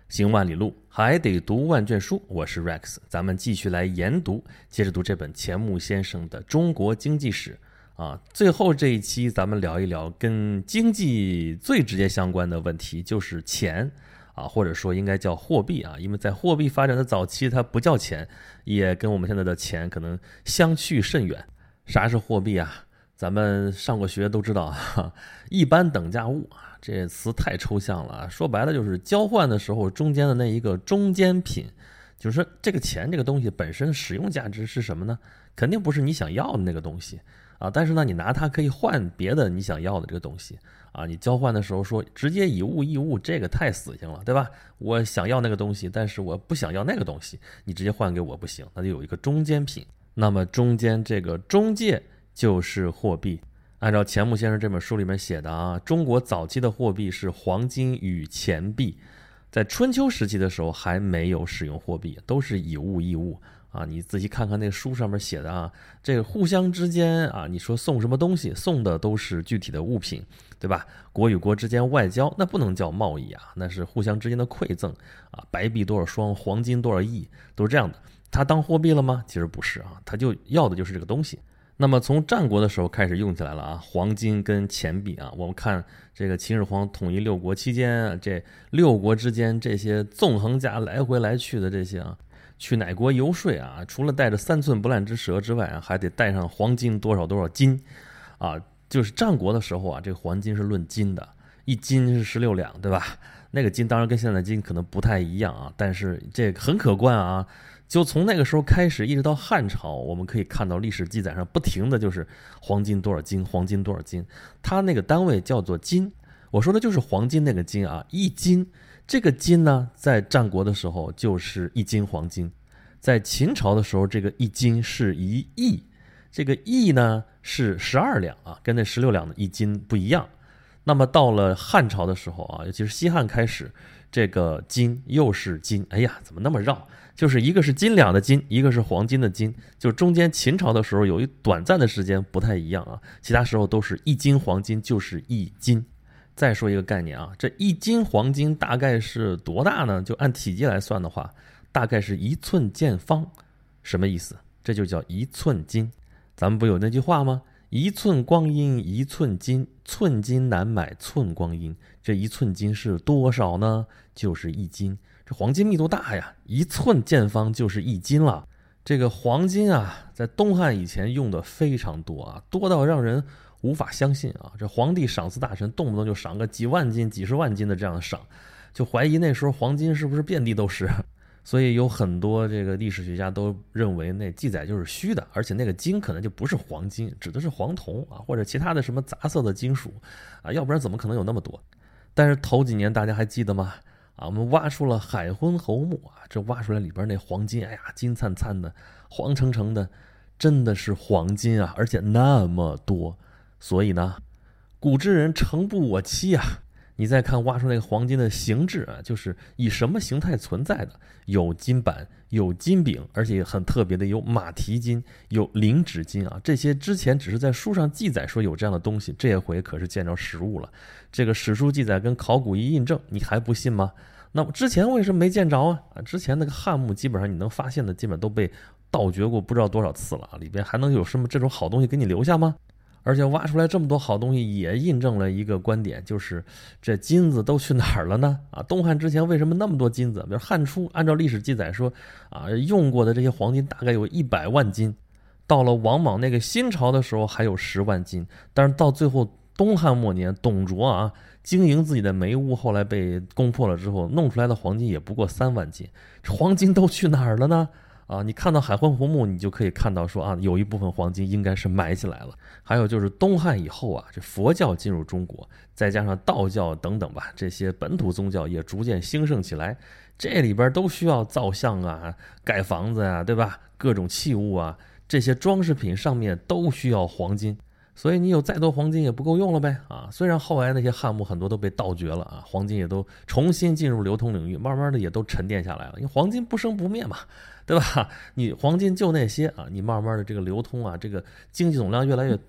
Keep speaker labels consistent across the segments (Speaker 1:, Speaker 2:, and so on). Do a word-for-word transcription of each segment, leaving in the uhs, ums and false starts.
Speaker 1: 行万里路，还得读万卷书。我是 Rex， 咱们继续来研读，接着读这本钱穆先生的《中国经济史》啊。最后这一期，咱们聊一聊跟经济最直接相关的问题，就是钱啊，或者说应该叫货币啊，因为在货币发展的早期，它不叫钱，也跟我们现在的钱可能相去甚远。啥是货币啊？咱们上过学都知道啊，一般等价物啊。这词太抽象了，说白了就是交换的时候中间的那一个中间品，就是说这个钱这个东西本身使用价值是什么呢？肯定不是你想要的那个东西啊，但是呢，你拿它可以换别的你想要的这个东西啊。你交换的时候说直接以物易物，这个太死性了，对吧？我想要那个东西，但是我不想要那个东西，你直接换给我不行，那就有一个中间品。那么中间这个中介就是货币。按照钱穆先生这本书里面写的啊，中国早期的货币是黄金与钱币，在春秋时期的时候还没有使用货币，都是以物易物啊。你仔细看看那个书上面写的啊，这个互相之间啊，你说送什么东西，送的都是具体的物品，对吧？国与国之间外交那不能叫贸易啊，那是互相之间的馈赠啊，白币多少双，黄金多少亿，都是这样的。它当货币了吗？其实不是啊，它就要的就是这个东西。那么从战国的时候开始用起来了啊，黄金跟钱币啊，我们看这个秦始皇统一六国期间，这六国之间这些纵横家来回来去的这些啊，去哪国游说啊，除了带着三寸不烂之舌之外啊，还得带上黄金多少多少斤啊。就是战国的时候啊，这个黄金是论斤的，一斤是十六两，对吧？那个金当然跟现在的金可能不太一样啊，但是这个很可观啊。就从那个时候开始一直到汉朝，我们可以看到历史记载上不停的就是黄金多少斤，黄金多少斤，它那个单位叫做斤。我说的就是黄金那个斤啊，一斤。这个斤呢，在战国的时候就是一斤黄金，在秦朝的时候，这个一斤是一亿，这个亿呢是十二两啊，跟那十六两的一斤不一样。那么到了汉朝的时候啊，尤其是西汉开始，这个斤又是斤，哎呀，怎么那么绕？就是一个是斤两的斤，一个是黄金的金，就中间秦朝的时候有一短暂的时间不太一样啊，其他时候都是一斤黄金就是一斤。再说一个概念啊，这一斤黄金大概是多大呢？就按体积来算的话，大概是一寸见方。什么意思？这就叫一寸金。咱们不有那句话吗？一寸光阴一寸金，寸金难买寸光阴。这一寸金是多少呢？就是一斤。这黄金密度大呀，一寸见方就是一斤了。这个黄金啊，在东汉以前用的非常多啊，多到让人无法相信啊。这皇帝赏赐大臣动不动就赏个几万斤、几十万斤的这样赏，就怀疑那时候黄金是不是遍地都是。所以有很多这个历史学家都认为那记载就是虚的，而且那个金可能就不是黄金，指的是黄铜啊，或者其他的什么杂色的金属啊，要不然怎么可能有那么多？但是头几年大家还记得吗？啊，我们挖出了海昏侯墓啊，这挖出来里边那黄金，哎呀，金灿灿的，黄澄澄的，真的是黄金啊，而且那么多。所以呢，古之人诚不我欺啊。你再看挖出那个黄金的形制啊，就是以什么形态存在的？有金板，有金饼，而且很特别的有马蹄金，有灵指金啊。这些之前只是在书上记载说有这样的东西，这回可是见着实物了。这个史书记载跟考古一印证，你还不信吗？那么之前为什么没见着啊？啊，之前那个汉墓基本上你能发现的，基本都被盗掘过不知道多少次了啊，里边还能有什么这种好东西给你留下吗？而且挖出来这么多好东西，也印证了一个观点，就是这金子都去哪儿了呢？啊，东汉之前为什么那么多金子？比如汉初，按照历史记载说，啊，用过的这些黄金大概有一百万斤，到了王莽那个新朝的时候还有十万斤，但是到最后东汉末年，董卓啊经营自己的煤屋，后来被攻破了之后，弄出来的黄金也不过三万斤，这黄金都去哪儿了呢？啊，你看到海昏侯墓，你就可以看到说啊，有一部分黄金应该是埋起来了。还有就是东汉以后啊，这佛教进入中国，再加上道教等等吧，这些本土宗教也逐渐兴盛起来，这里边都需要造像啊、盖房子啊，对吧？各种器物啊，这些装饰品上面都需要黄金。所以你有再多黄金也不够用了呗啊！虽然后来那些汉墓很多都被盗掘了啊，黄金也都重新进入流通领域，慢慢的也都沉淀下来了。因为黄金不生不灭嘛，对吧？你黄金就那些啊，你慢慢的这个流通啊，这个经济总量越来越大，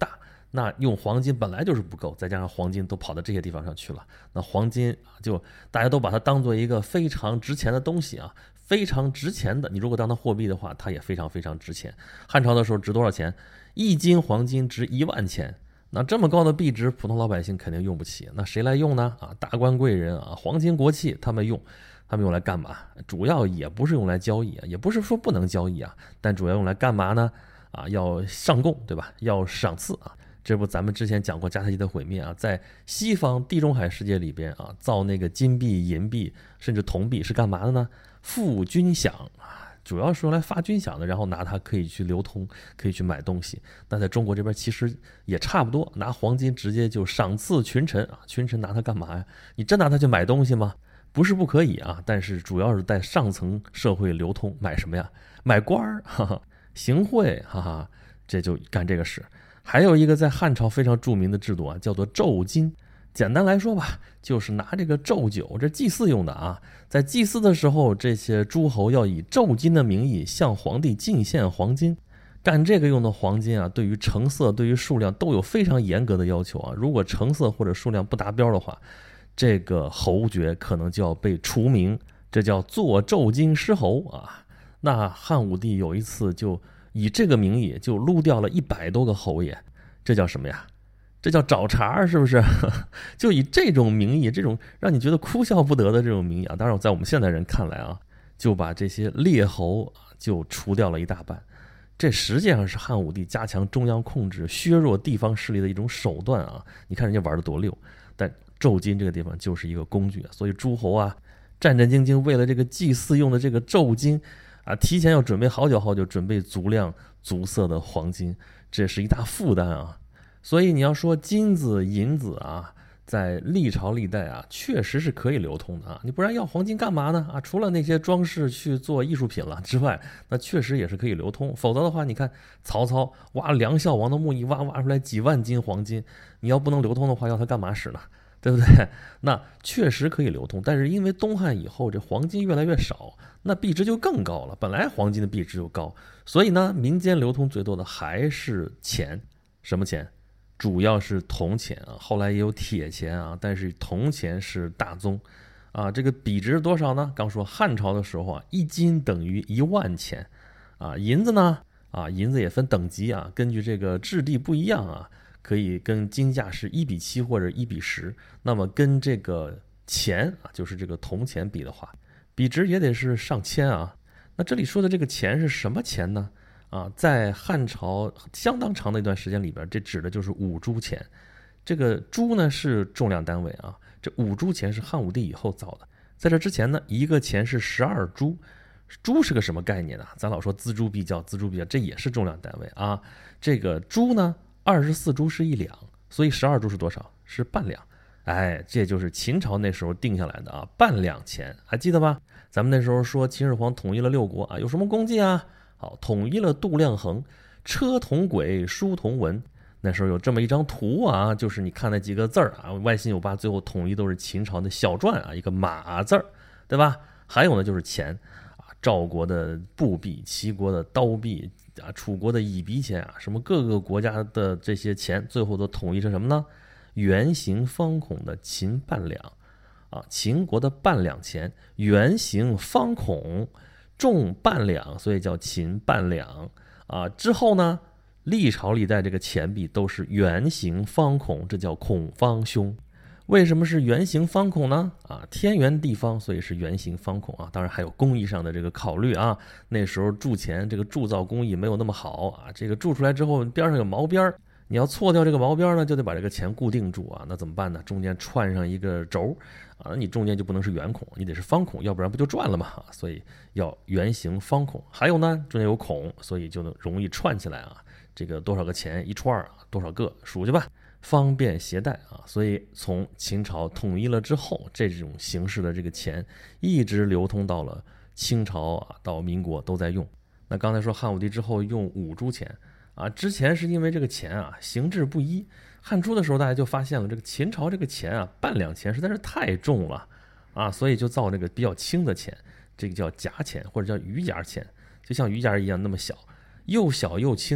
Speaker 1: 那用黄金本来就是不够，再加上黄金都跑到这些地方上去了，那黄金就大家都把它当做一个非常值钱的东西啊，非常值钱的。你如果当它货币的话，它也非常非常值钱。汉朝的时候值多少钱？一斤黄金值一万钱。那这么高的币值，普通老百姓肯定用不起。那谁来用呢？啊，大官贵人啊，皇亲国戚他们用。他们用来干嘛？主要也不是用来交易啊，也不是说不能交易啊，但主要用来干嘛呢？啊，要上贡，对吧？要赏赐啊。这不咱们之前讲过迦太基的毁灭啊，在西方地中海世界里边啊，造那个金币、银币甚至铜币是干嘛的呢？付军饷啊，主要是用来发军饷的，然后拿它可以去流通，可以去买东西。那在中国这边其实也差不多，拿黄金直接就赏赐群臣啊，群臣拿它干嘛呀？你真拿它去买东西吗？不是不可以啊，但是主要是在上层社会流通，买什么呀？买官儿，哈哈，行贿，哈哈，这就干这个事。还有一个在汉朝非常著名的制度啊，叫做胄金。简单来说吧，就是拿这个胄酒，这祭祀用的啊。在祭祀的时候，这些诸侯要以胄金的名义向皇帝进献黄金。干这个用的黄金啊，对于成色、对于数量都有非常严格的要求啊。如果成色或者数量不达标的话，这个侯爵可能就要被除名，这叫做胄金失侯啊。那汉武帝有一次就以这个名义就撸掉了一百多个侯爷，这叫什么呀？这叫找茬，是不是？就以这种名义，这种让你觉得哭笑不得的这种名义啊，当然在我们现代人看来啊，就把这些列侯就除掉了一大半。这实际上是汉武帝加强中央控制、削弱地方势力的一种手段啊！你看人家玩的多溜，但胄金这个地方就是一个工具，所以诸侯啊战战兢兢，为了这个祭祀用的这个胄金啊，提前要准备好久好久，准备足量足色的黄金，这是一大负担啊。所以你要说金子银子啊，在历朝历代啊，确实是可以流通的啊。你不然要黄金干嘛呢？啊，除了那些装饰去做艺术品了之外，那确实也是可以流通。否则的话，你看曹操挖梁孝王的墓，一挖挖出来几万斤黄金，你要不能流通的话，要它干嘛使呢？对不对？那确实可以流通，但是因为东汉以后这黄金越来越少，那币值就更高了。本来黄金的币值就高，所以呢，民间流通最多的还是钱。什么钱？主要是铜钱啊，后来也有铁钱啊，但是铜钱是大宗啊。这个币值多少呢？刚说汉朝的时候啊，一斤等于一万钱啊。银子呢？啊，银子也分等级啊，根据这个质地不一样啊。可以跟金价是一比七或者一比十，那么跟这个钱啊，就是这个铜钱比的话，比值也得是上千啊。那这里说的这个钱是什么钱呢？啊，在汉朝相当长的一段时间里边，这指的就是五铢钱。这个铢呢是重量单位啊，这五铢钱是汉武帝以后造的。在这之前呢，一个钱是十二铢。铢是个什么概念呢？咱老说锱铢必较，锱铢必较，这也是重量单位啊。这个铢呢？二十四铢是一两，所以十二铢是多少？是半两。哎，这就是秦朝那时候定下来的啊，半两钱，还记得吧？咱们那时候说秦始皇统一了六国啊，有什么功绩啊？好，统一了度量衡，车同轨，书同文。那时候有这么一张图啊，就是你看那几个字儿啊，歪心有八，最后统一都是秦朝的小篆啊，一个马字儿，对吧？还有呢，就是钱啊，赵国的布币，齐国的刀币。啊，楚国的以鼻钱啊，什么各个国家的这些钱，最后都统一成什么呢？圆形方孔的秦半两啊，秦国的半两钱，圆形方孔，重半两，所以叫秦半两啊。之后呢，历朝历代这个钱币都是圆形方孔，这叫孔方兄。为什么是圆形方孔呢？啊，天圆地方，所以是圆形方孔啊。当然还有工艺上的这个考虑啊。那时候铸钱这个铸造工艺没有那么好啊，这个铸出来之后边上有毛边，你要错掉这个毛边呢，就得把这个钱固定住啊。那怎么办呢？中间串上一个轴啊，你中间就不能是圆孔，你得是方孔，要不然不就转了嘛。所以要圆形方孔。还有呢，中间有孔，所以就能容易串起来啊。这个多少个钱一串啊，多少个数去吧。方便携带啊，所以从秦朝统一了之后，这种形式的这个钱一直流通到了清朝啊，到民国都在用。那刚才说汉武帝之后用五铢钱啊，之前是因为这个钱啊形制不一，汉初的时候大家就发现了这个秦朝这个钱啊半两钱实在是太重了啊，所以就造这个比较轻的钱，这个叫夹钱或者叫鱼夹钱，就像鱼夹一样那么小，又小又轻。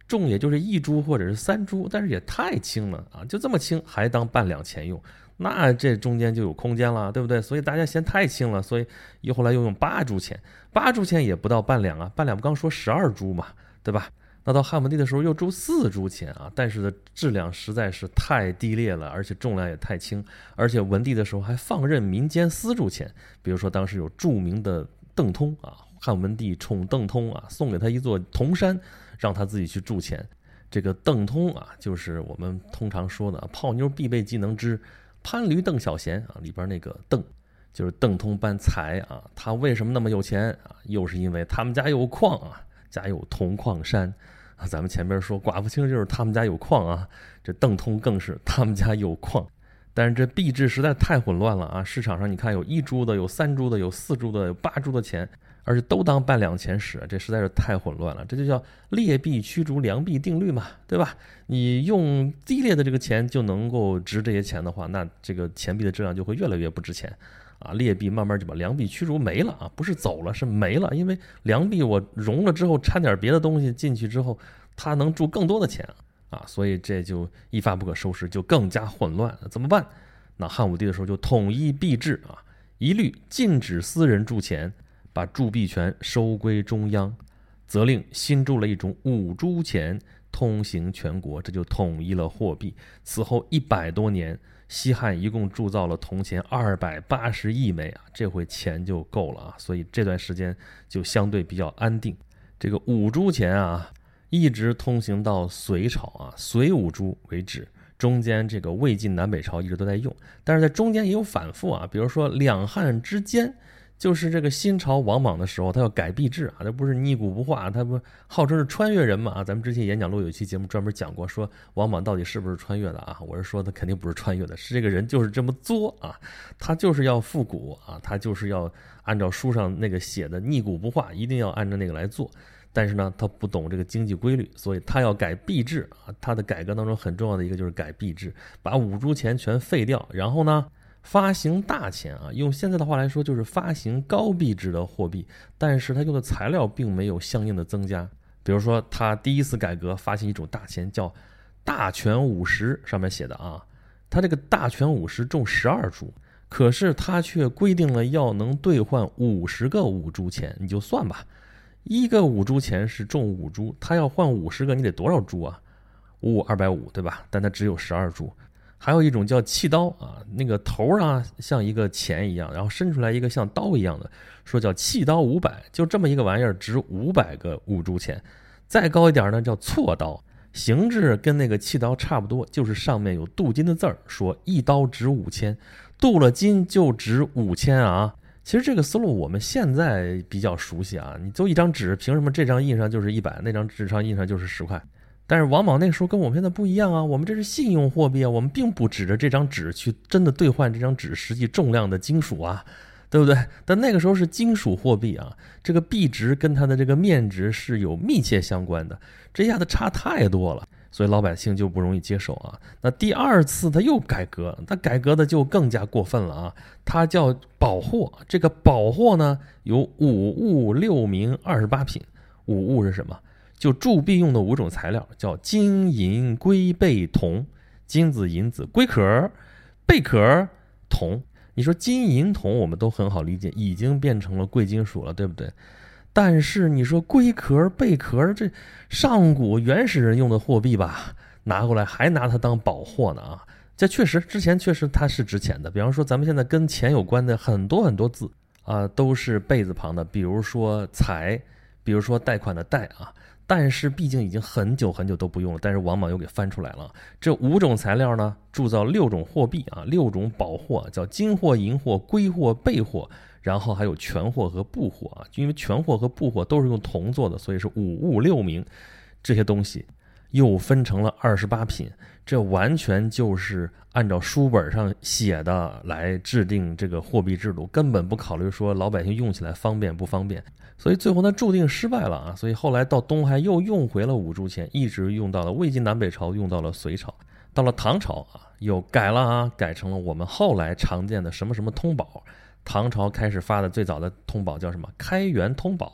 Speaker 1: 重也就是一铢或者是三铢，但是也太轻了啊，就这么轻还当半两钱用，那这中间就有空间了，对不对？所以大家嫌太轻了，所以又后来又用八铢钱，八铢钱也不到半两啊，半两不刚说十二铢嘛，对吧？那到汉文帝的时候又铸四铢钱啊，但是的质量实在是太低劣了，而且重量也太轻，而且文帝的时候还放任民间私铸钱，比如说当时有著名的邓通啊，汉文帝宠邓通啊，送给他一座铜山，让他自己去铸钱。这个邓通啊，就是我们通常说的泡妞必备技能之攀驴邓小闲啊，里边那个邓就是邓通搬财啊，他为什么那么有钱啊？又是因为他们家有矿啊，家有铜矿山啊。咱们前面说寡妇卿就是他们家有矿啊，这邓通更是他们家有矿。但是这币制实在太混乱了啊！市场上你看有一铢的，有三铢的，有四铢的，有八铢的钱，而且都当半两钱使，这实在是太混乱了。这就叫劣币驱逐良币定律嘛，对吧？你用低劣的这个钱就能够值这些钱的话，那这个钱币的质量就会越来越不值钱啊！劣币慢慢就把良币驱逐没了啊，不是走了，是没了。因为良币我融了之后掺点别的东西进去之后，它能铸更多的钱啊，所以这就一发不可收拾，就更加混乱。怎么办？那汉武帝的时候就统一币制啊，一律禁止私人铸钱，把铸币权收归中央，责令新铸了一种五铢钱，通行全国，这就统一了货币。此后一百多年，西汉一共铸造了铜钱二百八十亿枚啊，这回钱就够了啊，所以这段时间就相对比较安定。这个五铢钱啊，一直通行到隋朝啊，隋五铢为止。中间这个魏晋南北朝一直都在用，但是在中间也有反复啊，比如说两汉之间，就是这个新朝王莽的时候，他要改币制啊，这不是逆古不化，他不号称是穿越人嘛啊？咱们之前演讲录有一期节目专门讲过，说王莽到底是不是穿越的啊？我是说他肯定不是穿越的，是这个人就是这么作啊，他就是要复古啊，他就是要按照书上那个写的逆古不化，一定要按照那个来做。但是呢，他不懂这个经济规律，所以他要改币制啊。他的改革当中很重要的一个就是改币制，把五铢钱全废掉，然后呢，发行大钱啊。用现在的话来说，就是发行高币值的货币，但是他用的材料并没有相应的增加。比如说，他第一次改革发行一种大钱叫大权五十，上面写的啊，他这个大权五十重十二铢，可是他却规定了要能兑换五十个五铢钱，你就算吧。一个五铢钱是重五铢，他要换五十个，你得多少铢啊？五五二百五，对吧？但它只有十二铢。还有一种叫契刀啊，那个头啊像一个钱一样，然后伸出来一个像刀一样的，说叫契刀五百，就这么一个玩意儿，值五百个五铢钱。再高一点呢，叫错刀，形制跟那个契刀差不多，就是上面有镀金的字儿，说一刀值五千，镀了金就值五千啊。其实这个思路我们现在比较熟悉啊，你就一张纸，凭什么这张印上就是一百，那张纸上印上就是十块？但是王莽那个时候跟我们现在不一样啊，我们这是信用货币啊，我们并不指着这张纸去真的兑换这张纸实际重量的金属啊，对不对？但那个时候是金属货币啊，这个币值跟它的这个面值是有密切相关的，这下子差太多了。所以老百姓就不容易接受啊。那第二次他又改革，他改革的就更加过分了啊。他叫宝货，这个宝货呢有五物六名二十八品。五物是什么？就铸币用的五种材料，叫金银龟贝铜。金子银子龟壳，贝壳铜。你说金银铜我们都很好理解，已经变成了贵金属了，对不对？但是你说龟壳贝壳，这上古原始人用的货币吧，拿过来还拿它当宝货呢啊！这确实之前确实它是值钱的，比方说咱们现在跟钱有关的很多很多字啊，都是贝字旁的，比如说财，比如说贷款的贷啊。但是毕竟已经很久很久都不用了，但是王莽又给翻出来了。这五种材料呢，铸造六种货币啊，六种宝货，叫金货、银货、龟货、贝货，然后还有全货和布货啊。因为全货和布货都是用铜做的，所以是五物六名。这些东西又分成了二十八品，这完全就是按照书本上写的来制定这个货币制度，根本不考虑说老百姓用起来方便不方便。所以最后他注定失败了啊！所以后来到东汉又用回了五铢钱，一直用到了魏晋南北朝，用到了隋朝，到了唐朝啊，又改了啊，改成了我们后来常见的什么什么通宝。唐朝开始发的最早的通宝叫什么？开元通宝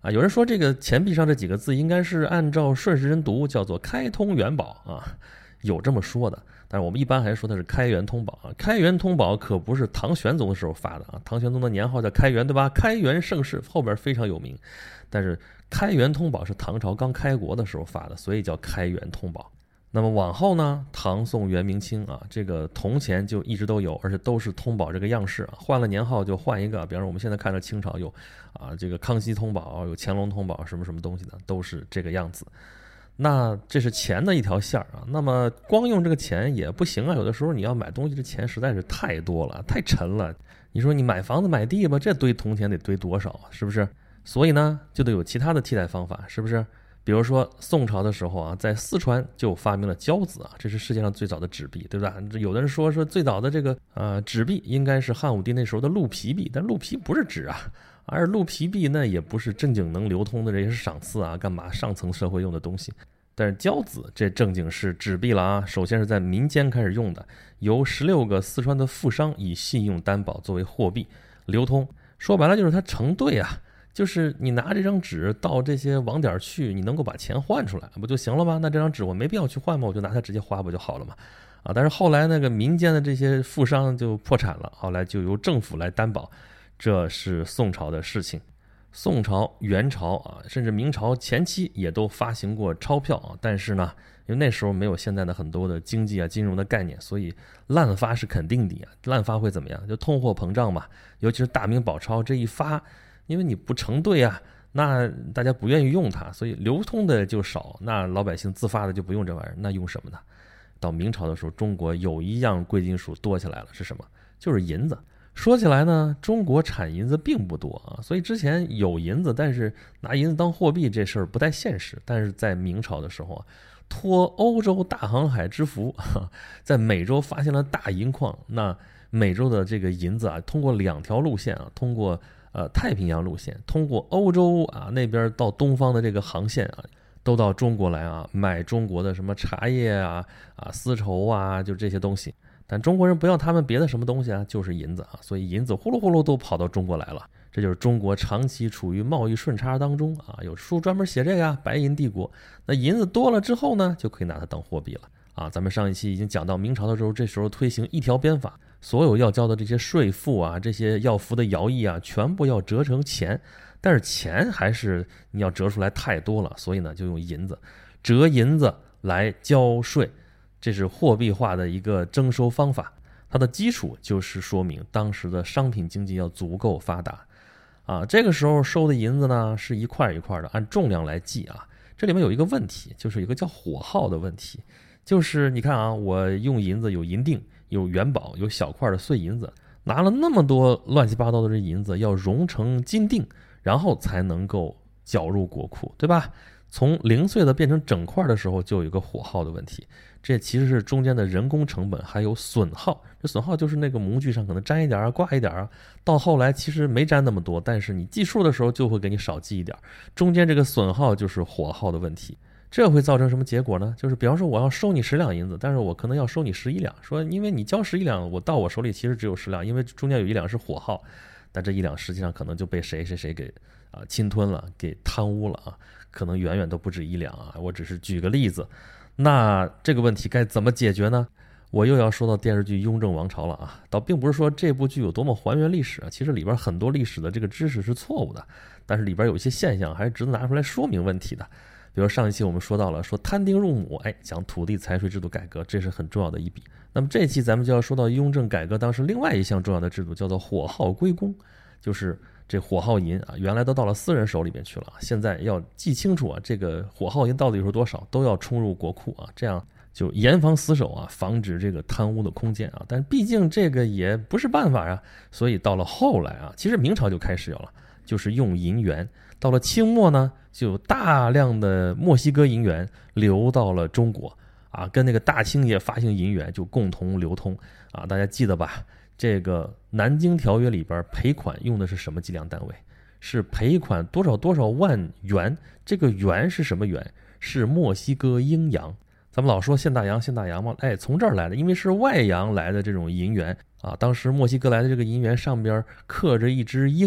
Speaker 1: 啊。有人说这个钱币上这几个字应该是按照顺时针读，叫做开通元宝啊，有这么说的。但是我们一般还是说它是开元通宝啊。开元通宝可不是唐玄宗的时候发的啊，唐玄宗的年号叫开元，对吧？开元盛世后边非常有名。但是开元通宝是唐朝刚开国的时候发的，所以叫开元通宝。那么往后呢，唐宋元明清啊，这个铜钱就一直都有，而且都是通宝这个样式啊，换了年号就换一个。比方说我们现在看到清朝有啊这个康熙通宝，有乾隆通宝，什么什么东西的，都是这个样子。那这是钱的一条线啊，那么光用这个钱也不行啊，有的时候你要买东西，这钱实在是太多了，太沉了。你说你买房子买地吧，这堆铜钱得堆多少啊，是不是？所以呢，就得有其他的替代方法，是不是？比如说宋朝的时候啊，在四川就发明了交子啊，这是世界上最早的纸币，对吧？有的人说说最早的这个呃纸币应该是汉武帝那时候的鹿皮币，但鹿皮不是纸啊，而鹿皮币那也不是正经能流通的，这也是赏赐啊，干嘛上层社会用的东西。但是交子这正经是纸币了啊，首先是在民间开始用的，由十六个四川的富商以信用担保作为货币流通，说白了就是它成对啊。就是你拿这张纸到这些网点去，你能够把钱换出来不就行了吗？那这张纸我没必要去换吗？我就拿它直接花不就好了吗？啊！但是后来那个民间的这些富商就破产了，后来就由政府来担保，这是宋朝的事情。宋朝、元朝啊，甚至明朝前期也都发行过钞票啊，但是呢，因为那时候没有现在的很多的经济啊、金融的概念，所以滥发是肯定的啊。滥发会怎么样？就通货膨胀嘛，尤其是大明宝钞这一发。因为你不成对啊，那大家不愿意用它，所以流通的就少，那老百姓自发的就不用这玩意儿，那用什么呢？到明朝的时候，中国有一样贵金属多起来了，是什么？就是银子。说起来呢，中国产银子并不多啊，所以之前有银子，但是拿银子当货币这事儿不太现实。但是在明朝的时候啊，托欧洲大航海之福，在美洲发现了大银矿，那美洲的这个银子啊，通过两条路线啊，通过呃，太平洋路线，通过欧洲啊那边到东方的这个航线啊，都到中国来啊，买中国的什么茶叶啊、啊丝绸啊，就这些东西。但中国人不要他们别的什么东西啊，就是银子啊，所以银子呼噜呼噜都跑到中国来了。这就是中国长期处于贸易顺差当中啊，有书专门写这个啊，白银帝国。那银子多了之后呢，就可以拿它当货币了啊。咱们上一期已经讲到明朝的时候，这时候推行一条鞭法。所有要交的这些税赋啊，这些要服的徭役啊，全部要折成钱，但是钱还是你要折出来太多了，所以呢就用银子，折银子来交税，这是货币化的一个征收方法。它的基础就是说明当时的商品经济要足够发达啊。这个时候收的银子呢是一块一块的，按重量来计啊。这里面有一个问题，就是有一个叫火耗的问题，就是你看啊，我用银子有银锭。有元宝，有小块的碎银子，拿了那么多乱七八糟的这银子，要融成金锭，然后才能够缴入国库，对吧？从零碎的变成整块的时候，就有一个火耗的问题，这其实是中间的人工成本还有损耗。这损耗就是那个模具上可能粘一点啊，挂一点啊，到后来其实没粘那么多，但是你计数的时候就会给你少记一点，中间这个损耗就是火耗的问题。这会造成什么结果呢？就是比方说我要收你十两银子，但是我可能要收你十一两，说因为你交十一两，我到我手里其实只有十两，因为中间有一两是火耗，但这一两实际上可能就被谁谁谁给啊侵吞了，给贪污了啊，可能远远都不止一两啊。我只是举个例子，那这个问题该怎么解决呢？我又要说到电视剧《雍正王朝》了啊，倒并不是说这部剧有多么还原历史啊，其实里边很多历史的这个知识是错误的，但是里边有一些现象还是值得拿出来说明问题的。比如上一期我们说到了说摊丁入亩，哎，讲土地财税制度改革，这是很重要的一笔。那么这一期咱们就要说到雍正改革当时另外一项重要的制度，叫做火耗归公，就是这火耗银啊，原来都到了私人手里面去了，现在要记清楚啊，这个火耗银到底是多少，都要冲入国库啊，这样就严防死守啊，防止这个贪污的空间啊。但是毕竟这个也不是办法啊，所以到了后来啊，其实明朝就开始有了，就是用银元。到了清末呢，就有大量的墨西哥银元流到了中国啊，跟那个大清也发行银元就共同流通啊。大家记得吧？这个南京条约里边赔款用的是什么计量单位？是赔款多少多少万元？这个元是什么元？是墨西哥鹰洋。咱们老说现大洋现大洋嘛，哎，从这儿来的，因为是外洋来的这种银元啊。当时墨西哥来的这个银元上边刻着一只鹰，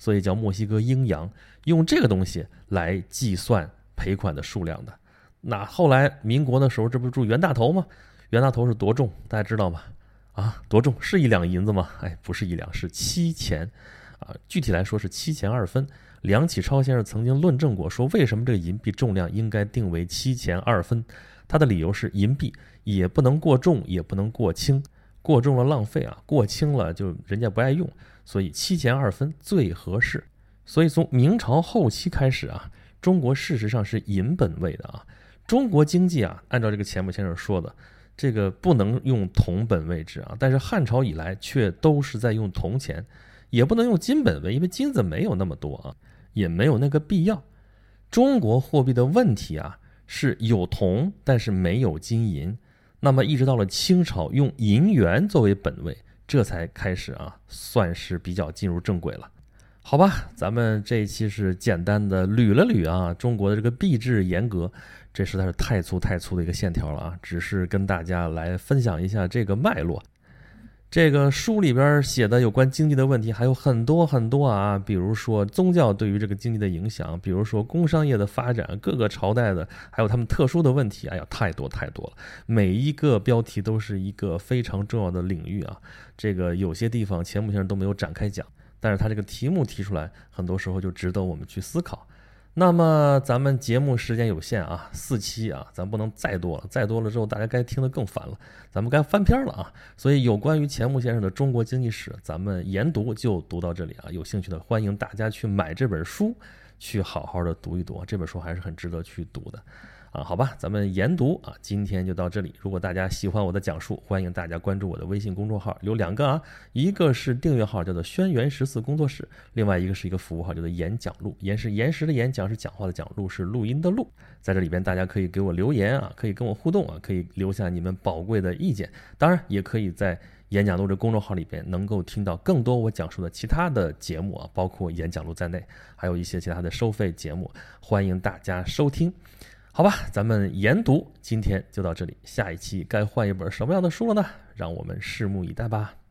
Speaker 1: 所以叫墨西哥鹰洋，用这个东西来计算赔款的数量的。那后来民国的时候，这不是住袁大头吗？袁大头是多重，大家知道吗？啊，多重？是一两银子吗？哎，不是一两，是七钱啊。具体来说是七钱二分。梁启超先生曾经论证过，说为什么这个银币重量应该定为七钱二分？他的理由是，银币也不能过重，也不能过轻，过重了浪费啊，过轻了就人家不爱用，所以七钱二分最合适。所以从明朝后期开始啊，中国事实上是银本位的啊。中国经济啊，按照这个钱穆先生说的，这个不能用铜本位制啊，但是汉朝以来却都是在用铜钱，也不能用金本位，因为金子没有那么多啊，也没有那个必要。中国货币的问题啊，是有铜但是没有金银，那么一直到了清朝用银元作为本位，这才开始啊，算是比较进入正轨了。好吧，咱们这一期是简单的捋了捋啊，中国的这个币制严格，这实在是太粗太粗的一个线条了啊，只是跟大家来分享一下这个脉络。这个书里边写的有关经济的问题还有很多很多啊，比如说宗教对于这个经济的影响，比如说工商业的发展，各个朝代的，还有他们特殊的问题，哎呀，太多太多了，每一个标题都是一个非常重要的领域啊。这个有些地方钱穆先生都没有展开讲，但是他这个题目提出来，很多时候就值得我们去思考。那么咱们节目时间有限啊，四期啊，咱不能再多了，再多了之后大家该听得更烦了，咱们该翻篇了啊。所以有关于钱穆先生的中国经济史，咱们研读就读到这里啊。有兴趣的欢迎大家去买这本书，去好好的读一读，这本书还是很值得去读的。啊，好吧，咱们研读啊，今天就到这里。如果大家喜欢我的讲述，欢迎大家关注我的微信公众号，有两个啊，一个是订阅号，叫做轩辕十四工作室，另外一个是一个服务号，叫做演讲录。言是言实的言，讲是讲话的讲，录是录音的录。在这里边，大家可以给我留言啊，可以跟我互动啊，可以留下你们宝贵的意见。当然，也可以在演讲录这公众号里边能够听到更多我讲述的其他的节目啊，包括演讲录在内，还有一些其他的收费节目，欢迎大家收听。好吧，咱们研读今天就到这里，下一期该换一本什么样的书了呢？让我们拭目以待吧。